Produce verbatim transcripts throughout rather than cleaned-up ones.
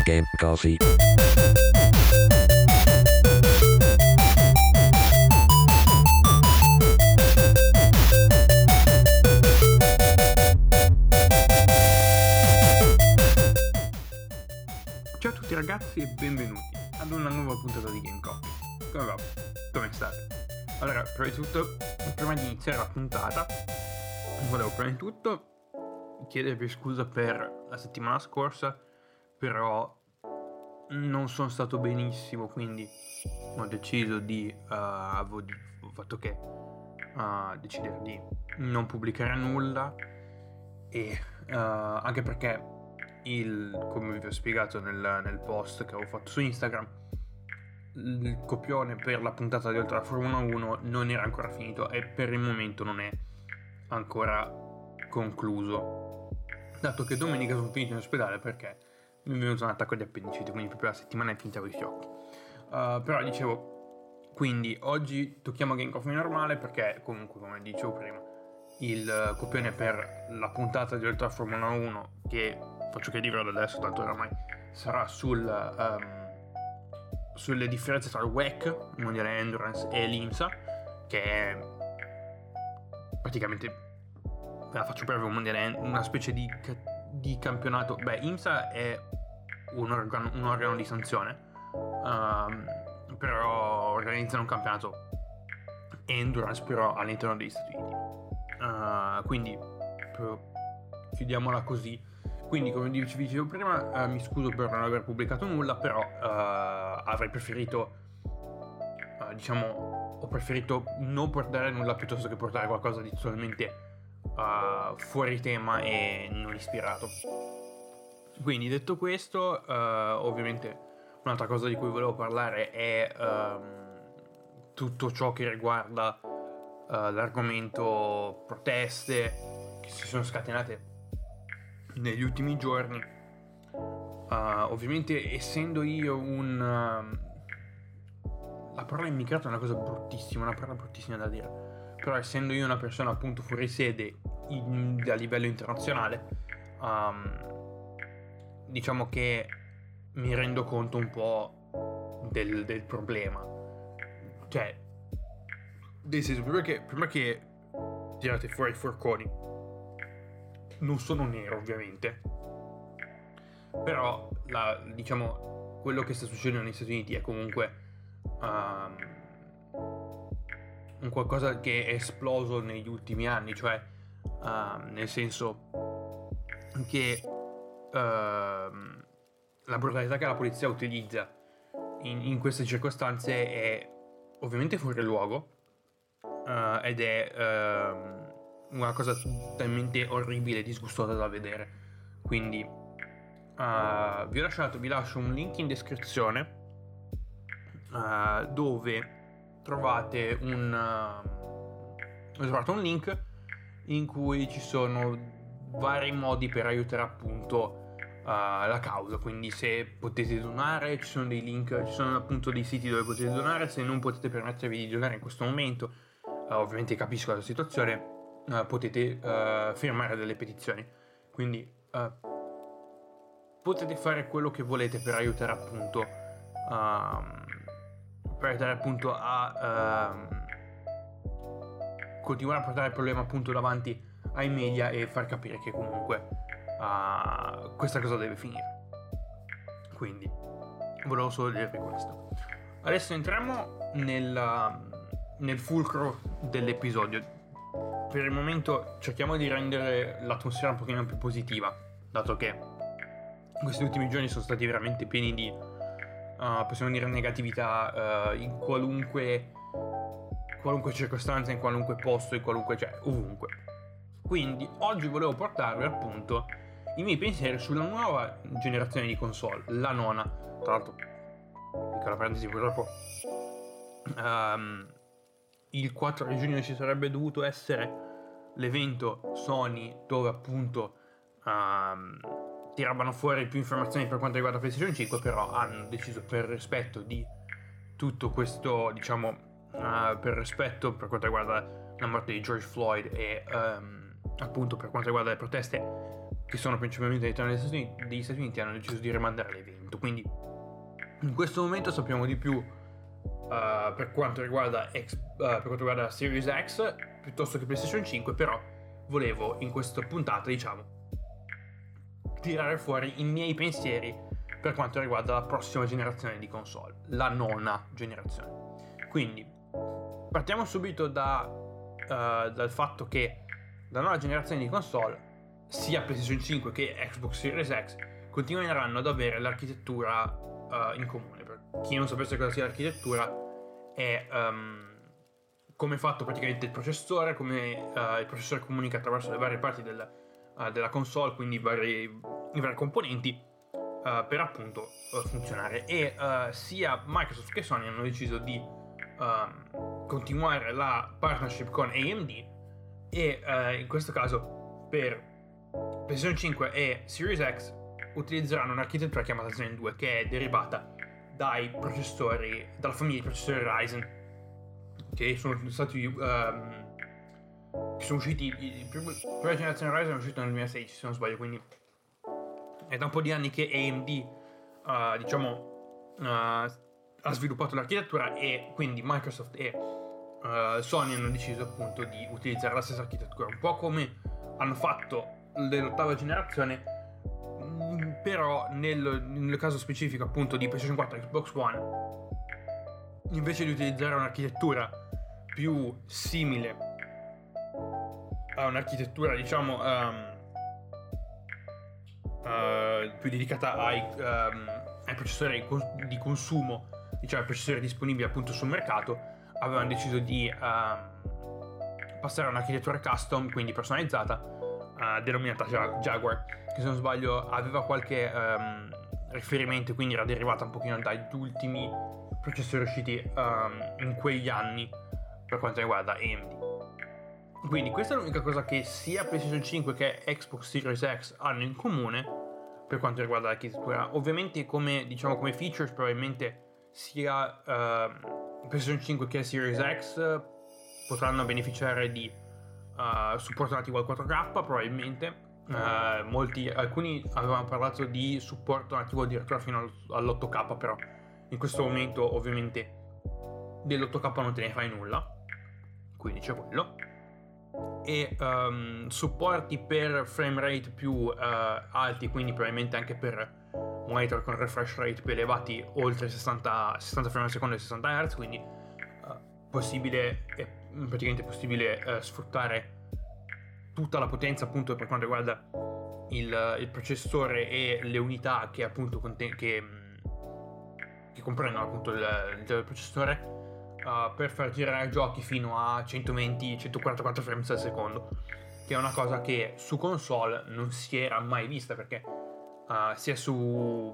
Game Coffee. Ciao a tutti ragazzi e benvenuti ad una nuova puntata di Game Coffee. Come va? Come state? Allora, prima di tutto, prima di iniziare la puntata, volevo prima di tutto chiedervi scusa per la settimana scorsa, però non sono stato benissimo, quindi ho deciso di uh, avevo, ho fatto che uh, decidere di non pubblicare nulla e uh, anche perché il, come vi ho spiegato nel, nel post che avevo fatto su Instagram, il copione per la puntata di Oltre la Formula uno non era ancora finito e per il momento non è ancora concluso, dato che domenica sono finito in ospedale perché mi è venuto un attacco di appendicite, quindi proprio la settimana è finita con i fiocchi. Uh, però dicevo, quindi oggi tocchiamo Game Coffee normale perché comunque, come dicevo prima, il copione per la puntata di Oltre la Formula uno, che faccio che dirlo da adesso tanto oramai, sarà sul um, sulle differenze tra il W E C, il Mondiale Endurance, e l'IMSA, che è praticamente, ve la faccio breve, un mondiale, una specie di, di campionato. Beh, IMSA è un organo, un organo di sanzione, um, però organizzano un campionato Endurance però all'interno degli Stati Uniti, uh, quindi chiudiamola così. Quindi, come vi dicevo prima, uh, mi scuso per non aver pubblicato nulla, però uh, avrei preferito, uh, diciamo, ho preferito non portare nulla piuttosto che portare qualcosa di totalmente uh, fuori tema e non ispirato. Quindi, detto questo, uh, ovviamente un'altra cosa di cui volevo parlare è um, tutto ciò che riguarda uh, l'argomento proteste che si sono scatenate negli ultimi giorni. Uh, ovviamente, essendo io un uh, la parola immigrato è una cosa bruttissima, una parola bruttissima da dire, però essendo io una persona appunto fuori sede in, a livello internazionale, um, diciamo che mi rendo conto un po' del, del problema. Cioè, nel senso, prima che, prima che tirate fuori i forconi, non sono nero ovviamente, però la, diciamo, quello che sta succedendo negli Stati Uniti è comunque um, un qualcosa che è esploso negli ultimi anni, cioè um, nel senso che uh, la brutalità che la polizia utilizza in, in queste circostanze è ovviamente fuori luogo, uh, ed è uh, una cosa talmente orribile e disgustosa da vedere. Quindi uh, vi ho lasciato vi lascio un link in descrizione uh, dove trovate un uh, ho trovato un link in cui ci sono vari modi per aiutare appunto uh, la causa. Quindi se potete donare, ci sono dei link, ci sono appunto dei siti dove potete donare. Se non potete permettervi di donare in questo momento, uh, ovviamente capisco la situazione, Uh, potete uh, firmare delle petizioni, quindi uh, potete fare quello che volete per aiutare appunto uh, per aiutare appunto a uh, continuare a portare il problema appunto davanti ai media e far capire che comunque uh, questa cosa deve finire. Quindi volevo solo dirvi questo. Adesso entriamo nel, nel fulcro dell'episodio. Per il momento cerchiamo di rendere l'atmosfera un pochino più positiva, dato che questi ultimi giorni sono stati veramente pieni di, uh, possiamo dire, negatività uh, in qualunque qualunque circostanza, in qualunque posto, in qualunque, cioè ovunque. Quindi oggi volevo portarvi appunto i miei pensieri sulla nuova generazione di console, la nona. Tra l'altro, piccola parentesi, purtroppo um, il quattro di giugno ci sarebbe dovuto essere l'evento Sony dove appunto um, tiravano fuori più informazioni per quanto riguarda PlayStation cinque, però hanno deciso, per rispetto di tutto questo, diciamo, uh, per rispetto per quanto riguarda la morte di George Floyd e um, appunto per quanto riguarda le proteste che sono principalmente all'interno degli Stati Uniti, degli Stati Uniti hanno deciso di rimandare l'evento. Quindi in questo momento sappiamo di più uh, per quanto riguarda X, uh, per quanto riguarda Series X piuttosto che PlayStation cinque, però volevo in questa puntata, diciamo, tirare fuori i miei pensieri per quanto riguarda la prossima generazione di console, la nona generazione. Quindi partiamo subito da, uh, dal fatto che la nuova generazione di console, sia PlayStation cinque che Xbox Series X, continueranno ad avere l'architettura uh, in comune. Per chi non sapesse cosa sia l'architettura, è um, come è fatto praticamente il processore, come uh, il processore comunica attraverso le varie parti del, uh, della console, quindi i vari, i vari componenti, uh, per appunto uh, funzionare. E uh, sia Microsoft che Sony hanno deciso di uh, continuare la partnership con A M D, e uh, in questo caso per PlayStation cinque e Series X utilizzeranno un'architettura chiamata Zen due, che è derivata dai processori, dalla famiglia di processori Ryzen, che sono stati um, che sono usciti, i primi, la prima generazione Ryzen è uscita nel duemilasedici se non sbaglio, quindi è da un po' di anni che A M D uh, diciamo uh, ha sviluppato l'architettura, e quindi Microsoft e uh, Sony hanno deciso appunto di utilizzare la stessa architettura, un po' come hanno fatto dell'ottava generazione, però nel, nel caso specifico appunto di PlayStation quattro e Xbox One, invece di utilizzare un'architettura più simile a un'architettura diciamo um, uh, più dedicata ai, um, ai processori di consumo, diciamo ai processori disponibili appunto sul mercato, avevano deciso di um, passare a un'architettura custom, quindi personalizzata, Uh, denominata Jaguar, che se non sbaglio aveva qualche um, riferimento, quindi era derivata un pochino dagli ultimi processori usciti um, in quegli anni per quanto riguarda A M D. Quindi questa è l'unica cosa che sia PlayStation cinque che Xbox Series X hanno in comune per quanto riguarda l'architettura. Ovviamente come diciamo come features probabilmente sia uh, PlayStation cinque che Series X potranno beneficiare di Uh, supporto nativo al quattro K probabilmente, uh, molti, alcuni avevano parlato di supporto nativo addirittura fino all'otto K, però in questo momento ovviamente dell'otto K non te ne fai nulla, quindi c'è quello. E um, supporti per frame rate più uh, alti, quindi probabilmente anche per monitor con refresh rate più elevati, oltre sessanta, sessanta frame al secondo e sessanta hertz, quindi uh, possibile è praticamente possibile uh, sfruttare tutta la potenza appunto per quanto riguarda il, il processore e le unità che appunto conten- che, che comprendono appunto il, il processore, uh, per far girare giochi fino a centoventi centoquarantaquattro frames al secondo, che è una cosa che su console non si era mai vista, perché uh, sia su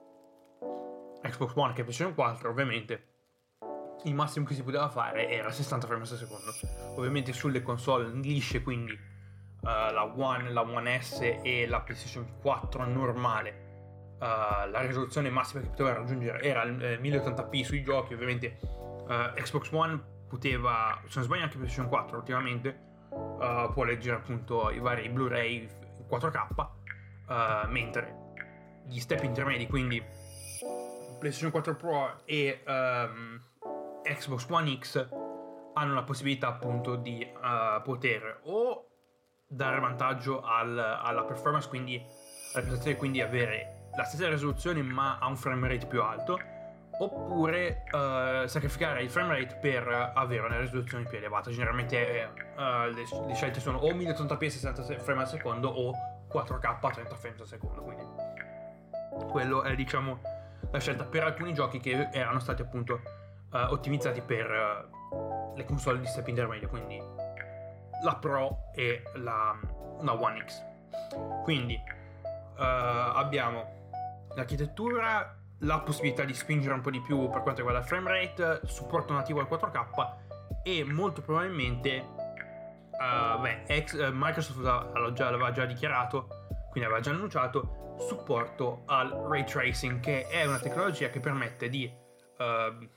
Xbox One che PlayStation quattro ovviamente il massimo che si poteva fare era sessanta frames al secondo. Ovviamente sulle console lisce, quindi uh, la One, la One S e la PlayStation quattro normale, uh, la risoluzione massima che poteva raggiungere era il eh, mille ottanta p sui giochi. Ovviamente uh, Xbox One poteva, se non sbaglio anche PlayStation quattro ultimamente uh, può leggere appunto i vari Blu-ray quattro K, uh, mentre gli step intermedi, quindi PlayStation quattro Pro e um, Xbox One X, hanno la possibilità appunto di uh, poter o dare vantaggio al, alla performance, quindi alla prestazione, quindi avere la stessa risoluzione ma a un frame rate più alto, oppure uh, sacrificare il frame rate per avere una risoluzione più elevata. Generalmente uh, le, le scelte sono o mille ottanta p sessanta frame al secondo o quattro K trenta frames al secondo, quindi quello è diciamo la scelta per alcuni giochi che erano stati appunto uh, ottimizzati per uh, le console di step intermedio, quindi la Pro e la, la One X. Quindi uh, abbiamo l'architettura, la possibilità di spingere un po' di più per quanto riguarda il frame rate, supporto nativo al quattro K e molto probabilmente uh, beh, ex, uh, Microsoft l'aveva già, l'aveva già dichiarato, quindi aveva già annunciato supporto al ray tracing, che è una tecnologia che permette di uh,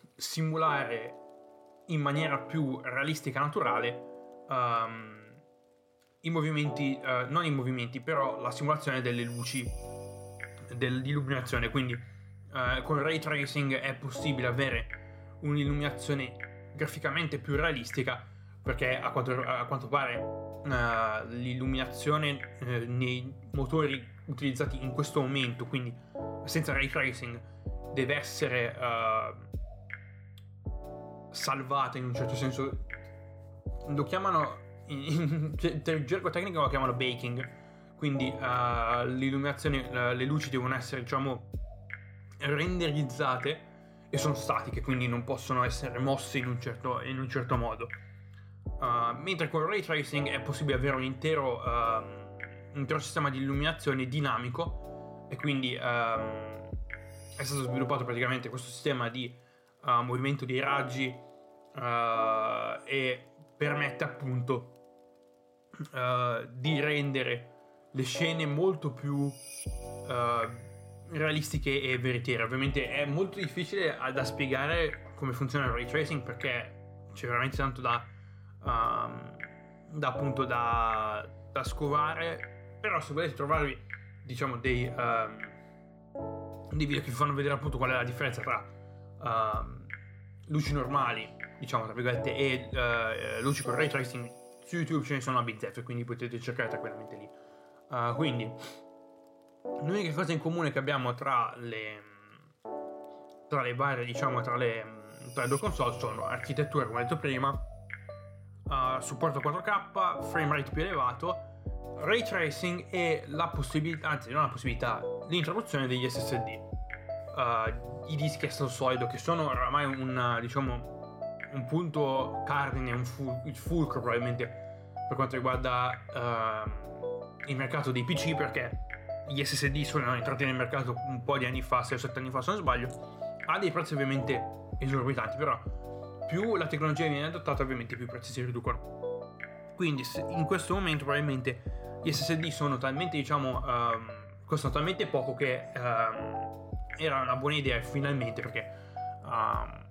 simulare in maniera più realistica e naturale um, i movimenti, uh, non i movimenti, però la simulazione delle luci dell'illuminazione. Quindi uh, con ray tracing è possibile avere un'illuminazione graficamente più realistica, perché a quanto, a quanto pare uh, l'illuminazione uh, nei motori utilizzati in questo momento, quindi senza ray tracing, deve essere uh, salvata in un certo senso. Lo chiamano in, in, in gergo tecnico lo chiamano baking, quindi uh, l'illuminazione, uh, le luci devono essere, diciamo, renderizzate e sono statiche, quindi non possono essere mosse in un certo, in un certo modo. Uh, mentre con ray tracing è possibile avere un intero, uh, un intero sistema di illuminazione dinamico, e quindi um, è stato sviluppato praticamente questo sistema di uh, movimento dei raggi uh, e permette appunto uh, di rendere le scene molto più uh, realistiche e veritiere. Ovviamente è molto difficile da spiegare come funziona il ray tracing, perché c'è veramente tanto da, um, da appunto da, da scovare. Però se volete trovarvi, diciamo, dei, um, dei video che vi fanno vedere appunto qual è la differenza tra um, luci normali, diciamo tra virgolette, e uh, luci con ray tracing, su YouTube ce ne sono a bizzeffe, quindi potete cercare tranquillamente lì. Uh, quindi l'unica cosa in comune che abbiamo tra le tra le varie, diciamo, tra le, tra le due console sono architettura, come detto prima, uh, supporto quattro K, frame rate più elevato, ray tracing e la possibilità, anzi non la possibilità, l'introduzione degli S S D, uh, i dischi a stato solido, che sono oramai un, diciamo, un punto cardine, un ful- il fulcro probabilmente per quanto riguarda uh, il mercato dei P C, perché gli S S D sono entrati nel mercato un po' di anni fa, sei o sette anni fa se non sbaglio, a dei prezzi ovviamente esorbitanti, però più la tecnologia viene adottata ovviamente più i prezzi si riducono. Quindi in questo momento probabilmente gli S S D sono talmente, diciamo, um, costano talmente poco che um, era una buona idea finalmente, perché um,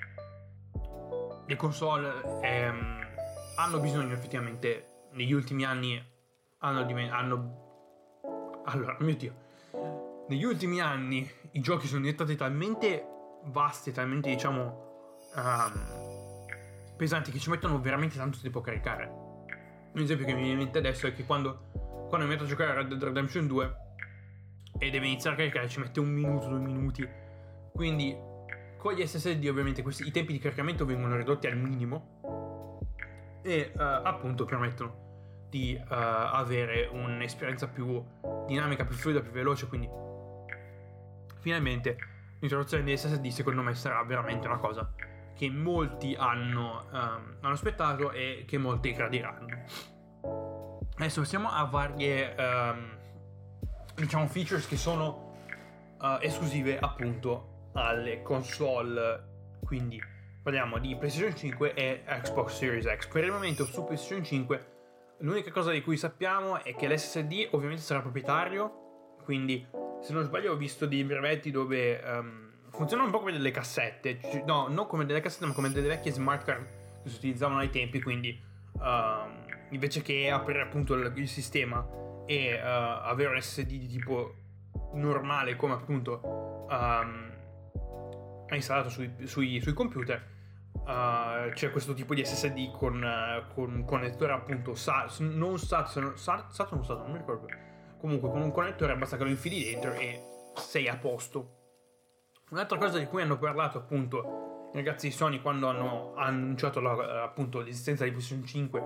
le console um, hanno bisogno effettivamente negli ultimi anni hanno, hanno allora mio dio negli ultimi anni i giochi sono diventati talmente vasti, talmente, diciamo, um, pesanti, che ci mettono veramente tanto tempo a caricare. Un esempio che mi viene in mente adesso è che quando quando mi metto a giocare a Red Dead Redemption due e deve iniziare a caricare, ci mette un minuto, due minuti. Quindi con gli S S D ovviamente questi, i tempi di caricamento vengono ridotti al minimo e uh, appunto permettono di uh, avere un'esperienza più dinamica, più fluida, più veloce. Quindi finalmente l'introduzione degli S S D secondo me sarà veramente una cosa che molti hanno, um, hanno aspettato e che molti gradiranno. Adesso passiamo a varie um, diciamo features che sono uh, esclusive appunto alle console. Quindi parliamo di PlayStation cinque e Xbox Series X. Per il momento su PlayStation cinque l'unica cosa di cui sappiamo è che l'S S D ovviamente sarà proprietario, quindi se non sbaglio ho visto dei brevetti dove um, funzionano un po' come delle cassette, no, non come delle cassette ma come delle vecchie smart card che si utilizzavano ai tempi, quindi um, invece che aprire appunto il, il sistema e uh, avere un S S D di tipo normale come appunto um, è installato sui, sui, sui computer, Uh, c'è questo tipo di S S D con, uh, con un connettore appunto sa- non SATA, SATA non SATA, non mi ricordo, comunque con un connettore basta che lo infili dentro e sei a posto. Un'altra cosa di cui hanno parlato appunto i ragazzi di Sony quando hanno annunciato la, appunto l'esistenza di PlayStation cinque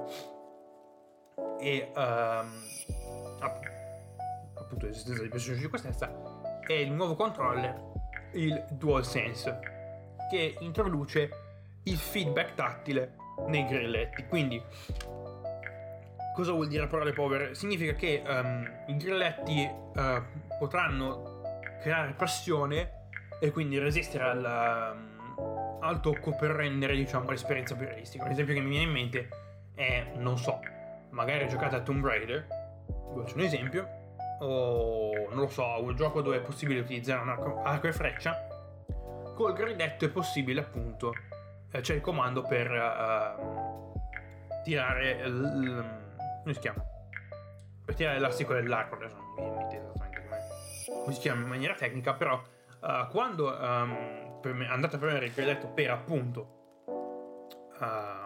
e um, appunto l'esistenza di PlayStation cinque stessa è il nuovo controller, il DualSense, che introduce il feedback tattile nei grilletti. Quindi cosa vuol dire a parole povere? Significa che um, i grilletti uh, potranno creare pressione e quindi resistere al, um, al tocco per rendere, diciamo, l'esperienza più realistica. Un esempio che mi viene in mente è, non so, magari giocate a Tomb Raider, faccio un esempio, o non lo so, un gioco dove è possibile utilizzare un arco, arco e freccia. Col grilletto è possibile appunto, c'è il comando per uh, tirare l, l, come si chiama? per tirare l'elastico dell'arco, adesso non mi viene in mente esattamente come, come si chiama in maniera tecnica, però uh, quando um, per me, andate a premere il grilletto per appunto uh,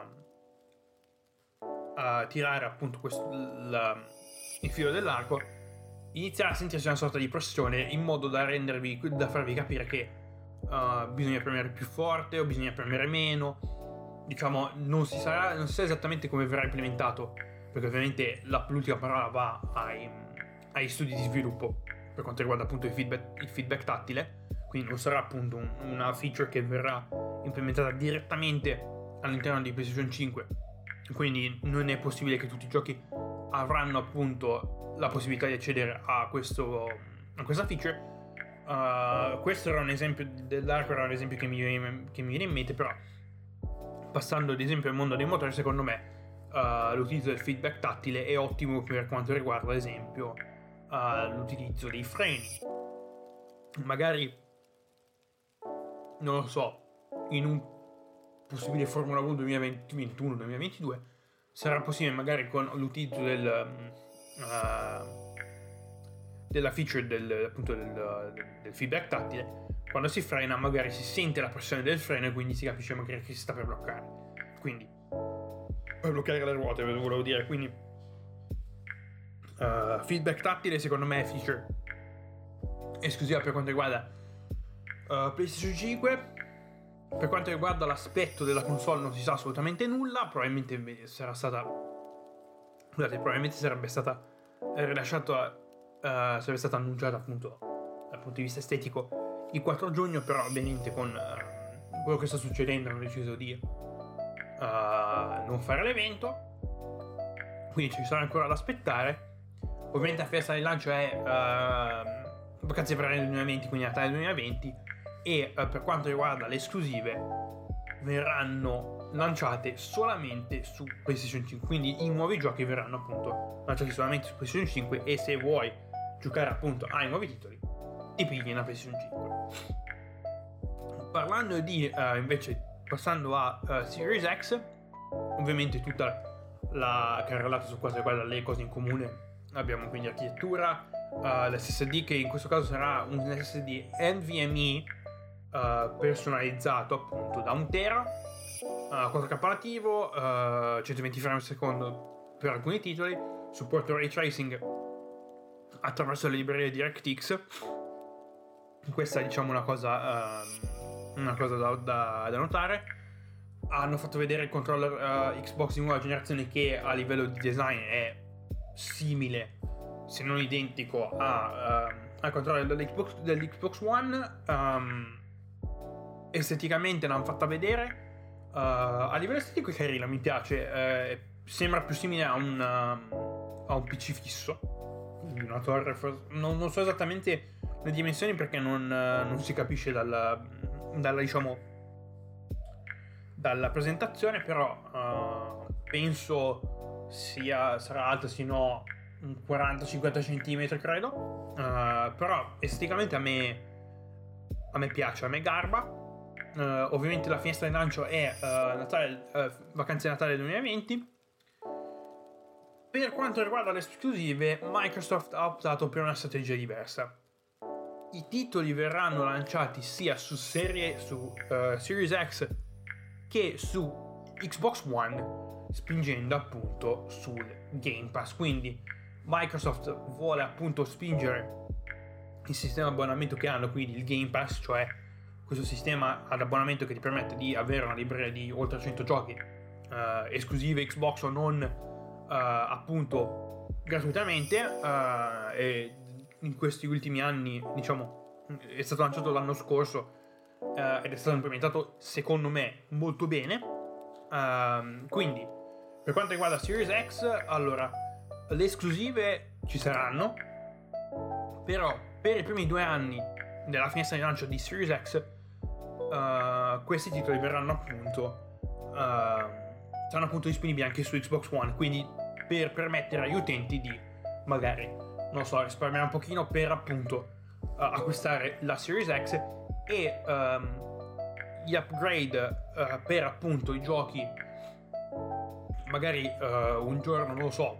uh, tirare appunto questo, la, il filo dell'arco, iniziare a sentirsi una sorta di pressione in modo da rendervi, da farvi capire che uh, bisogna premere più forte o bisogna premere meno. Diciamo, non si sa, non si sa esattamente come verrà implementato, perché ovviamente la, l'ultima parola va ai, ai studi di sviluppo per quanto riguarda appunto il feedback, il feedback tattile, quindi non sarà appunto un, una feature che verrà implementata direttamente all'interno di PlayStation cinque, quindi non è possibile che tutti i giochi avranno appunto la possibilità di accedere a, questo, a questa feature. Uh, questo era un esempio dell'arco, era un esempio che mi, che mi viene in mente, però passando ad esempio al mondo dei motori, secondo me uh, l'utilizzo del feedback tattile è ottimo per quanto riguarda ad esempio uh, l'utilizzo dei freni. Magari, non lo so, in un possibile Formula uno duemilaventuno duemilaventidue sarà possibile magari con l'utilizzo del uh, della feature del, appunto del, del feedback tattile. Quando si frena magari si sente la pressione del freno e quindi si capisce magari che si sta per bloccare, quindi per bloccare le ruote volevo dire. Quindi uh, feedback tattile secondo me è feature esclusiva per quanto riguarda uh, PlayStation cinque. Per quanto riguarda l'aspetto della console non si sa assolutamente nulla, probabilmente sarà stata scusate, probabilmente sarebbe stata rilasciata uh, sarebbe stata annunciata appunto dal punto di vista estetico il quattro giugno, però ovviamente con uh, quello che sta succedendo hanno deciso di uh, non fare l'evento, quindi ci sarà ancora da aspettare. Ovviamente la festa di lancio è uh, vacanze per il duemilaventi, quindi Natale duemilaventi, e uh, per quanto riguarda le esclusive verranno lanciate solamente su PlayStation cinque, quindi i nuovi giochi verranno appunto lanciati solamente su PlayStation cinque, e se vuoi giocare appunto ai nuovi titoli ti pigli una PlayStation cinque. Parlando di uh, invece passando a uh, Series X, ovviamente tutta la carrellata su quanto riguarda le cose in comune. Abbiamo quindi architettura, uh, l'S S D che in questo caso sarà un S S D NVMe uh, personalizzato appunto da un tera, uh, quattro K nativo, uh, centoventi frame al secondo per alcuni titoli, supporto ray tracing attraverso le librerie DirectX. Questa è diciamo una cosa uh, una cosa da, da, da notare. Hanno fatto vedere il controller uh, Xbox di nuova generazione che a livello di design è simile se non identico a, uh, al controller dell'Xbox, dell'Xbox One. Um, esteticamente l'hanno fatta vedere, uh, a livello estetico è carina, mi piace, uh, sembra più simile a un, uh, a un P C fisso, quindi una torre, non, non so esattamente le dimensioni perché non, uh, non si capisce dalla, dalla diciamo dalla presentazione, però uh, penso sia sarà alta sino un quaranta cinquanta centimetri credo, uh, però esteticamente a me a me piace, a me garba. Uh, ovviamente la finestra di lancio è uh, Natale, uh, vacanze di Natale duemilaventi. Per quanto riguarda le esclusive, Microsoft ha optato per una strategia diversa. I titoli verranno lanciati sia su serie su uh, Series X che su Xbox One, spingendo appunto sul Game Pass. Quindi Microsoft vuole appunto spingere il sistema di abbonamento che hanno, quindi il Game Pass, cioè questo sistema ad abbonamento che ti permette di avere una libreria di oltre cento giochi uh, esclusive Xbox o non, uh, appunto gratuitamente, uh, e in questi ultimi anni diciamo è stato lanciato l'anno scorso uh, ed è stato implementato secondo me molto bene. Uh, quindi per quanto riguarda Series X, allora le esclusive ci saranno, però per i primi due anni della finestra di lancio di Series X uh, questi titoli verranno appunto uh, saranno appunto disponibili anche su Xbox One, quindi per permettere agli utenti di magari, non so, risparmiare un pochino per appunto uh, acquistare la Series X, e um, gli upgrade uh, per appunto i giochi magari uh, un giorno, non lo so,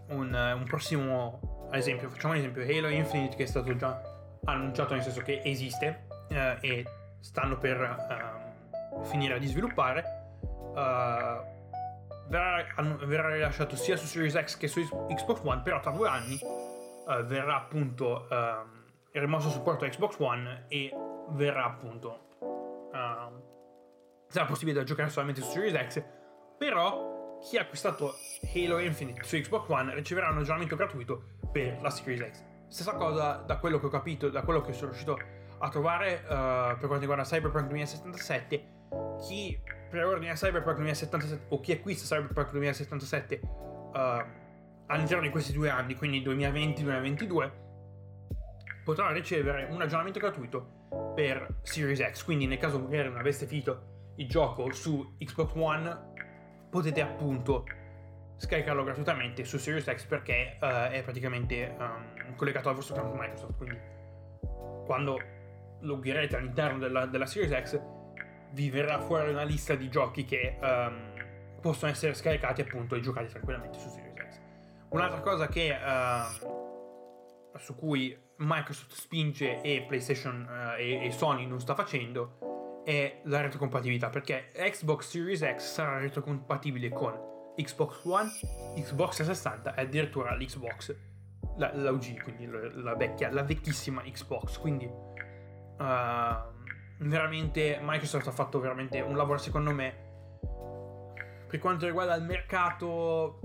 un, un prossimo, ad esempio, facciamo un esempio, Halo Infinite, che è stato già annunciato, nel senso che esiste uh, e stanno per uh, finire di sviluppare, uh, verrà, verrà rilasciato sia su Series X che su Xbox One, però tra due anni uh, verrà appunto uh, rimosso supporto a Xbox One e verrà appunto uh, sarà possibile da giocare solamente su Series X. Però chi ha acquistato Halo Infinite su Xbox One riceverà un aggiornamento gratuito per la Series X. Stessa cosa, da quello che ho capito, da quello che sono riuscito a trovare uh, per quanto riguarda Cyberpunk duemilasettantasette, chi preordina Cyberpunk duemilasettantasette o chi acquista Cyberpunk duemilasettantasette uh, all'interno di questi due anni, quindi duemilaventi duemilaventidue, potrà ricevere un aggiornamento gratuito per Series X. Quindi nel caso magari non aveste finito il gioco su Xbox One, potete appunto scaricarlo gratuitamente su Series X, perché uh, è praticamente um, collegato al vostro account Microsoft. Quindi quando loggerete all'interno della, della Series X vi verrà fuori una lista di giochi che um, possono essere scaricati appunto e giocati tranquillamente su Series X. Un'altra cosa che uh, su cui Microsoft spinge e PlayStation uh, e, e Sony non sta facendo è la retrocompatibilità, perché Xbox Series X sarà retrocompatibile con Xbox One, Xbox trecentosessanta e addirittura l'Xbox, la, la O G, quindi la, la vecchia, la vecchissima Xbox. Quindi uh, veramente Microsoft ha fatto veramente un lavoro, secondo me, per quanto riguarda il mercato.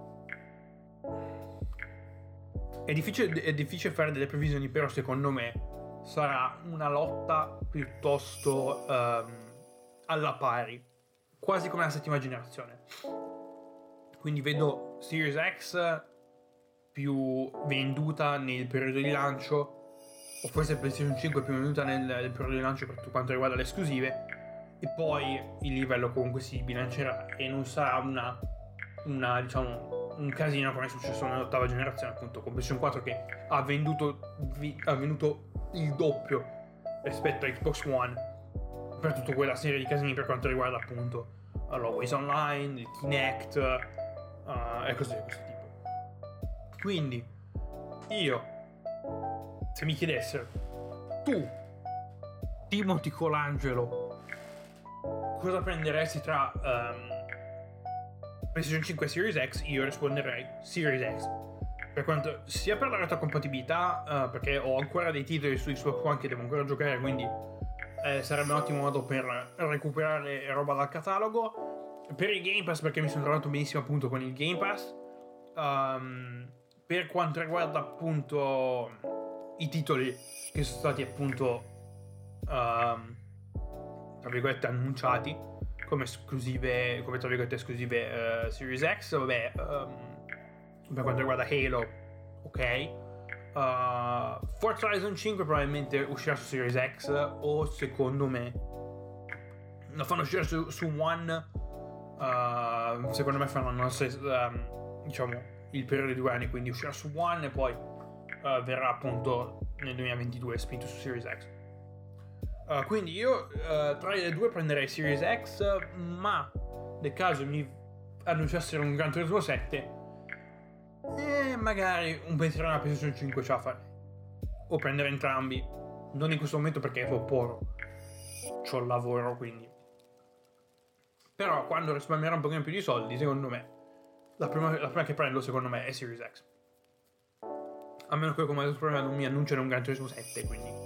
È difficile, è difficile fare delle previsioni, però secondo me sarà una lotta piuttosto um, alla pari, quasi come la settima generazione. Quindi vedo Series X più venduta nel periodo di lancio, o forse PlayStation cinque più venduta nel, nel periodo di lancio per quanto riguarda le esclusive, e poi il livello comunque si bilancerà e non sarà una, una diciamo un casino come è successo nell'ottava generazione, appunto con PlayStation quattro, che ha venduto vi, ha venduto il doppio rispetto a Xbox One per tutta quella serie di casini per quanto riguarda appunto l'Always Online, il Kinect uh, e cose di questo tipo. Quindi io, se mi chiedessero, tu Timothy Colangelo, cosa prenderesti tra um, PlayStation cinque e Series X, io risponderei Series X, per quanto sia per la retrocompatibilità, uh, perché ho ancora dei titoli su Xbox One che devo ancora giocare, quindi eh, sarebbe un ottimo modo per recuperare roba dal catalogo. Per il Game Pass, perché mi sono trovato benissimo appunto con il Game Pass. Um, per quanto riguarda appunto i titoli che sono stati appunto um, tra virgolette annunciati come esclusive, come tra virgolette esclusive uh, Series X, vabbè, um, per quanto riguarda Halo, ok, uh, Forza Horizon cinque probabilmente uscirà su Series X, o secondo me lo fanno uscire su, su One, uh, secondo me faranno um, diciamo il periodo di due anni, quindi uscirà su One e poi uh, verrà appunto nel duemilaventidue spinto su Series X. Uh, quindi io uh, tra le due prenderei Series X, ma nel caso mi annunciassero un Gran Turismo sette, e magari un pensiero alla PlayStation cinque ce la farei, o prendere entrambi, non in questo momento perché è troppo, c'ho il lavoro, quindi, però quando risparmierò un pochino più di soldi, secondo me la prima, la prima che prendo secondo me è Series X, a meno che come detto prima non mi annunciano un Gran Turismo sette, quindi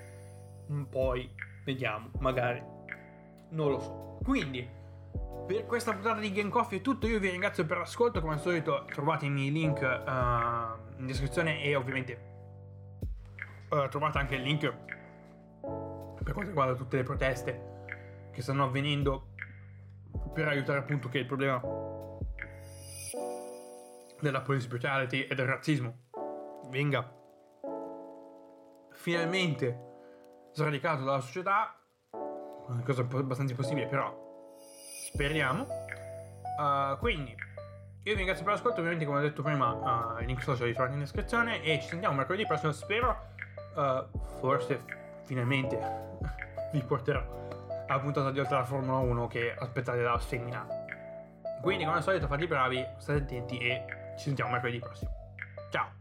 poi vediamo, magari, non lo so. Quindi per questa puntata di Game Coffee è tutto. Io vi ringrazio per l'ascolto, come al solito trovate i miei link uh, in descrizione, e ovviamente uh, trovate anche il link per quanto riguarda tutte le proteste che stanno avvenendo per aiutare appunto che il problema della police brutality e del razzismo venga finalmente sradicato dalla società, una cosa abbastanza impossibile, però speriamo. Uh, quindi io vi ringrazio per l'ascolto, ovviamente come ho detto prima uh, il link social li trovate in descrizione, e ci sentiamo mercoledì prossimo, spero, uh, forse finalmente vi porterò alla puntata di oltre la Formula uno che aspettate dalla femmina. Quindi come al solito fate i bravi, state attenti e Ci sentiamo mercoledì prossimo. Ciao!